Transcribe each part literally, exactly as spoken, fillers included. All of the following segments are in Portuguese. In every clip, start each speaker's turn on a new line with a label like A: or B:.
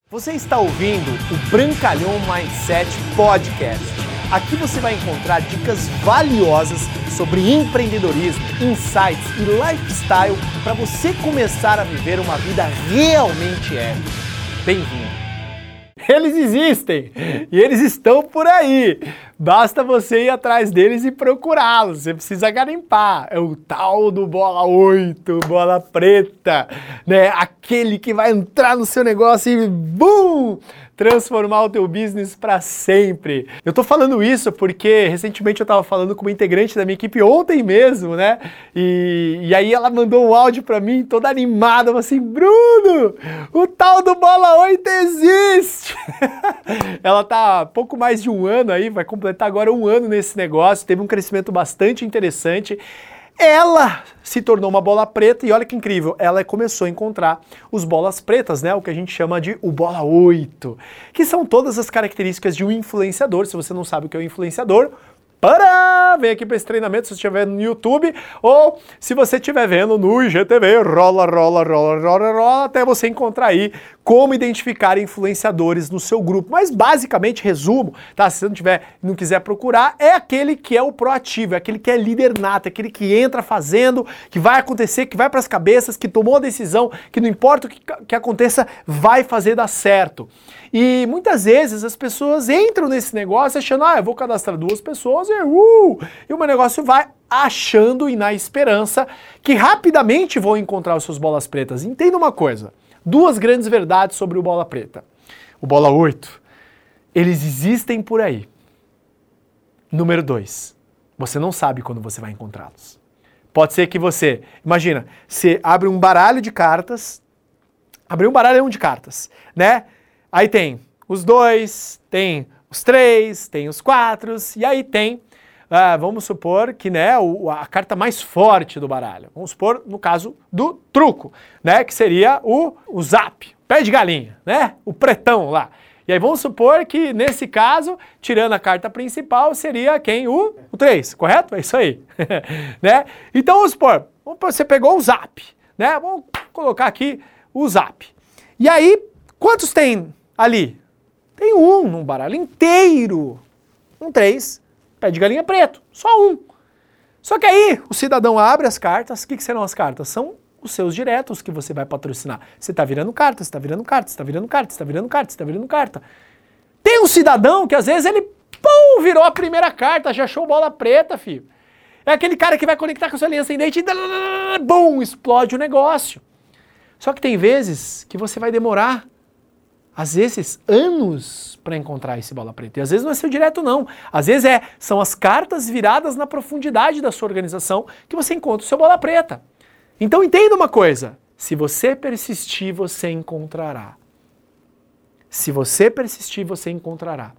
A: Você está ouvindo o Brancalhão Mindset Podcast. Aqui você vai encontrar dicas valiosas sobre empreendedorismo, insights e lifestyle para você começar a viver uma vida realmente épica. Bem-vindo! Eles existem e eles estão por aí. Basta você ir atrás deles e procurá-los. Você precisa garimpar. É o tal do bola oito, bola preta, né? Aquele que vai entrar no seu negócio e bum! Transformar o teu business para sempre. Eu tô falando isso porque recentemente eu tava falando com uma integrante da minha equipe ontem mesmo, né? E, e aí ela mandou um áudio para mim toda animada, assim, Bruno, o tal do bola oito existe! Ela tá há pouco mais de um ano aí, vai completar agora um ano nesse negócio, teve um crescimento bastante interessante. Ela se tornou uma bola preta e olha que incrível, ela começou a encontrar os bolas pretas, né? O que a gente chama de o bola oito, que são todas as características de um influenciador. Se você não sabe o que é um influenciador, para! Vem aqui para esse treinamento se você estiver no YouTube ou se você estiver vendo no I G T V, rola, rola, rola, rola, rola, até você encontrar aí como identificar influenciadores no seu grupo. Mas basicamente, resumo, tá? Se você não tiver, não quiser procurar, é aquele que é o proativo, é aquele que é líder nato, é aquele que entra fazendo, que vai acontecer, que vai para as cabeças, que tomou a decisão, que não importa o que, que aconteça, vai fazer dar certo. E muitas vezes as pessoas entram nesse negócio achando, ah, eu vou cadastrar duas pessoas e, uh, e o meu negócio vai achando e na esperança que rapidamente vão encontrar os seus bolas pretas. Entenda uma coisa, duas grandes verdades sobre o bola preta. O bola oito, eles existem por aí. Número dois, você não sabe quando você vai encontrá-los. Pode ser que você, imagina, você abre um baralho de cartas, abre um baralho de cartas, né? Aí tem os dois, tem os três, tem os quatro, e aí tem, uh, vamos supor que né, o, a carta mais forte do baralho. Vamos supor, no caso do truco, né, que seria o, o zap, pé de galinha, né, o pretão lá. E aí vamos supor que nesse caso, tirando a carta principal, seria quem? O, o três, correto? É isso aí. Né? Então vamos supor, você pegou o zap, né? Vamos colocar aqui o zap. E aí, quantos tem ali? Tem um num baralho inteiro. Um três, pé de galinha preto. Só um. Só que aí o cidadão abre as cartas. O que, que serão as cartas? São os seus diretos que você vai patrocinar. Você está virando carta, você está virando carta, você está virando carta, você está virando carta, você está virando carta. Tem um cidadão que às vezes ele pum, virou a primeira carta, já achou bola preta, filho. É aquele cara que vai conectar com a sua linha ascendente e bum, explode o negócio. Só que tem vezes que você vai demorar às vezes, anos para encontrar esse bola preta. E às vezes não é seu direto, não. Às vezes é, são as cartas viradas na profundidade da sua organização que você encontra o seu bola preta. Então entenda uma coisa, se você persistir, você encontrará. Se você persistir, você encontrará.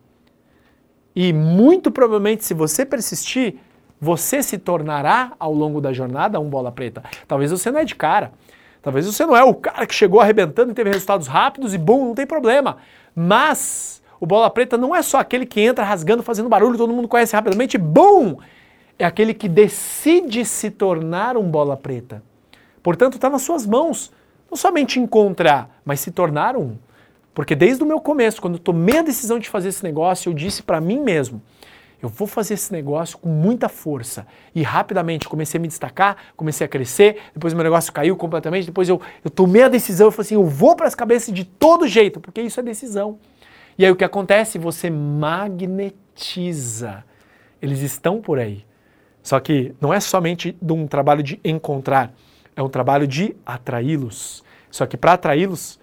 A: E muito provavelmente, se você persistir, você se tornará, ao longo da jornada, um bola preta. Talvez você não é de cara. Talvez você não é o cara que chegou arrebentando e teve resultados rápidos e bom, não tem problema. Mas o bola preta não é só aquele que entra rasgando, fazendo barulho, todo mundo conhece rapidamente, bom! É aquele que decide se tornar um bola preta. Portanto, está nas suas mãos. Não somente encontrar, mas se tornar um. Porque desde o meu começo, quando eu tomei a decisão de fazer esse negócio, eu disse para mim mesmo, eu vou fazer esse negócio com muita força. E rapidamente comecei a me destacar, comecei a crescer, depois meu negócio caiu completamente, depois eu, eu tomei a decisão, eu falei assim, eu vou para as cabeças de todo jeito, porque isso é decisão. E aí o que acontece? Você magnetiza. Eles estão por aí. Só que não é somente de um trabalho de encontrar, é um trabalho de atraí-los. Só que para atraí-los,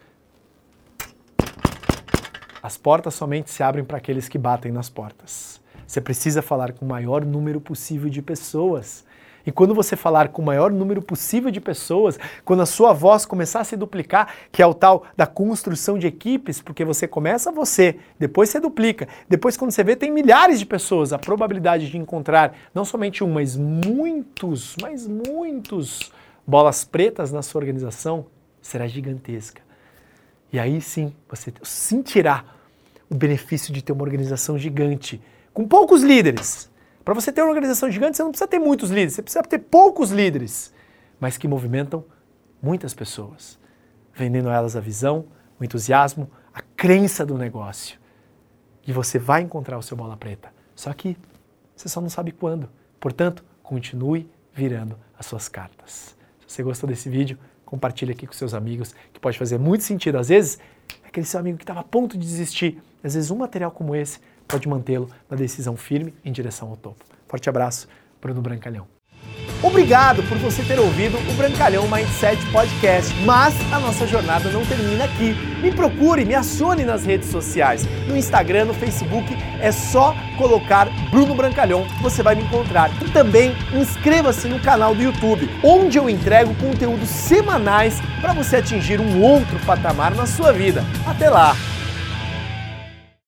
A: as portas somente se abrem para aqueles que batem nas portas. Você precisa falar com o maior número possível de pessoas. E quando você falar com o maior número possível de pessoas, quando a sua voz começar a se duplicar, que é o tal da construção de equipes, porque você começa você, depois você duplica, depois quando você vê tem milhares de pessoas, a probabilidade de encontrar não somente um, mas muitos, mas muitos bolas pretas na sua organização será gigantesca. E aí sim, você sentirá o benefício de ter uma organização gigante, com poucos líderes. Para você ter uma organização gigante, você não precisa ter muitos líderes, você precisa ter poucos líderes, mas que movimentam muitas pessoas, vendendo a elas a visão, o entusiasmo, a crença do negócio. E você vai encontrar o seu bola preta. Só que você só não sabe quando. Portanto, continue virando as suas cartas. Se você gostou desse vídeo, compartilhe aqui com seus amigos, que pode fazer muito sentido. Às vezes, aquele seu amigo que estava a ponto de desistir, às vezes um material como esse pode mantê-lo na decisão firme em direção ao topo. Forte abraço, Bruno Brancalhão. Obrigado por você ter ouvido o Brancalhão Mindset Podcast, mas a nossa jornada não termina aqui. Me procure, me acione nas redes sociais. No Instagram, no Facebook, é só colocar Bruno Brancalhão que você vai me encontrar. E também inscreva-se no canal do YouTube, onde eu entrego conteúdos semanais para você atingir um outro patamar na sua vida. Até lá!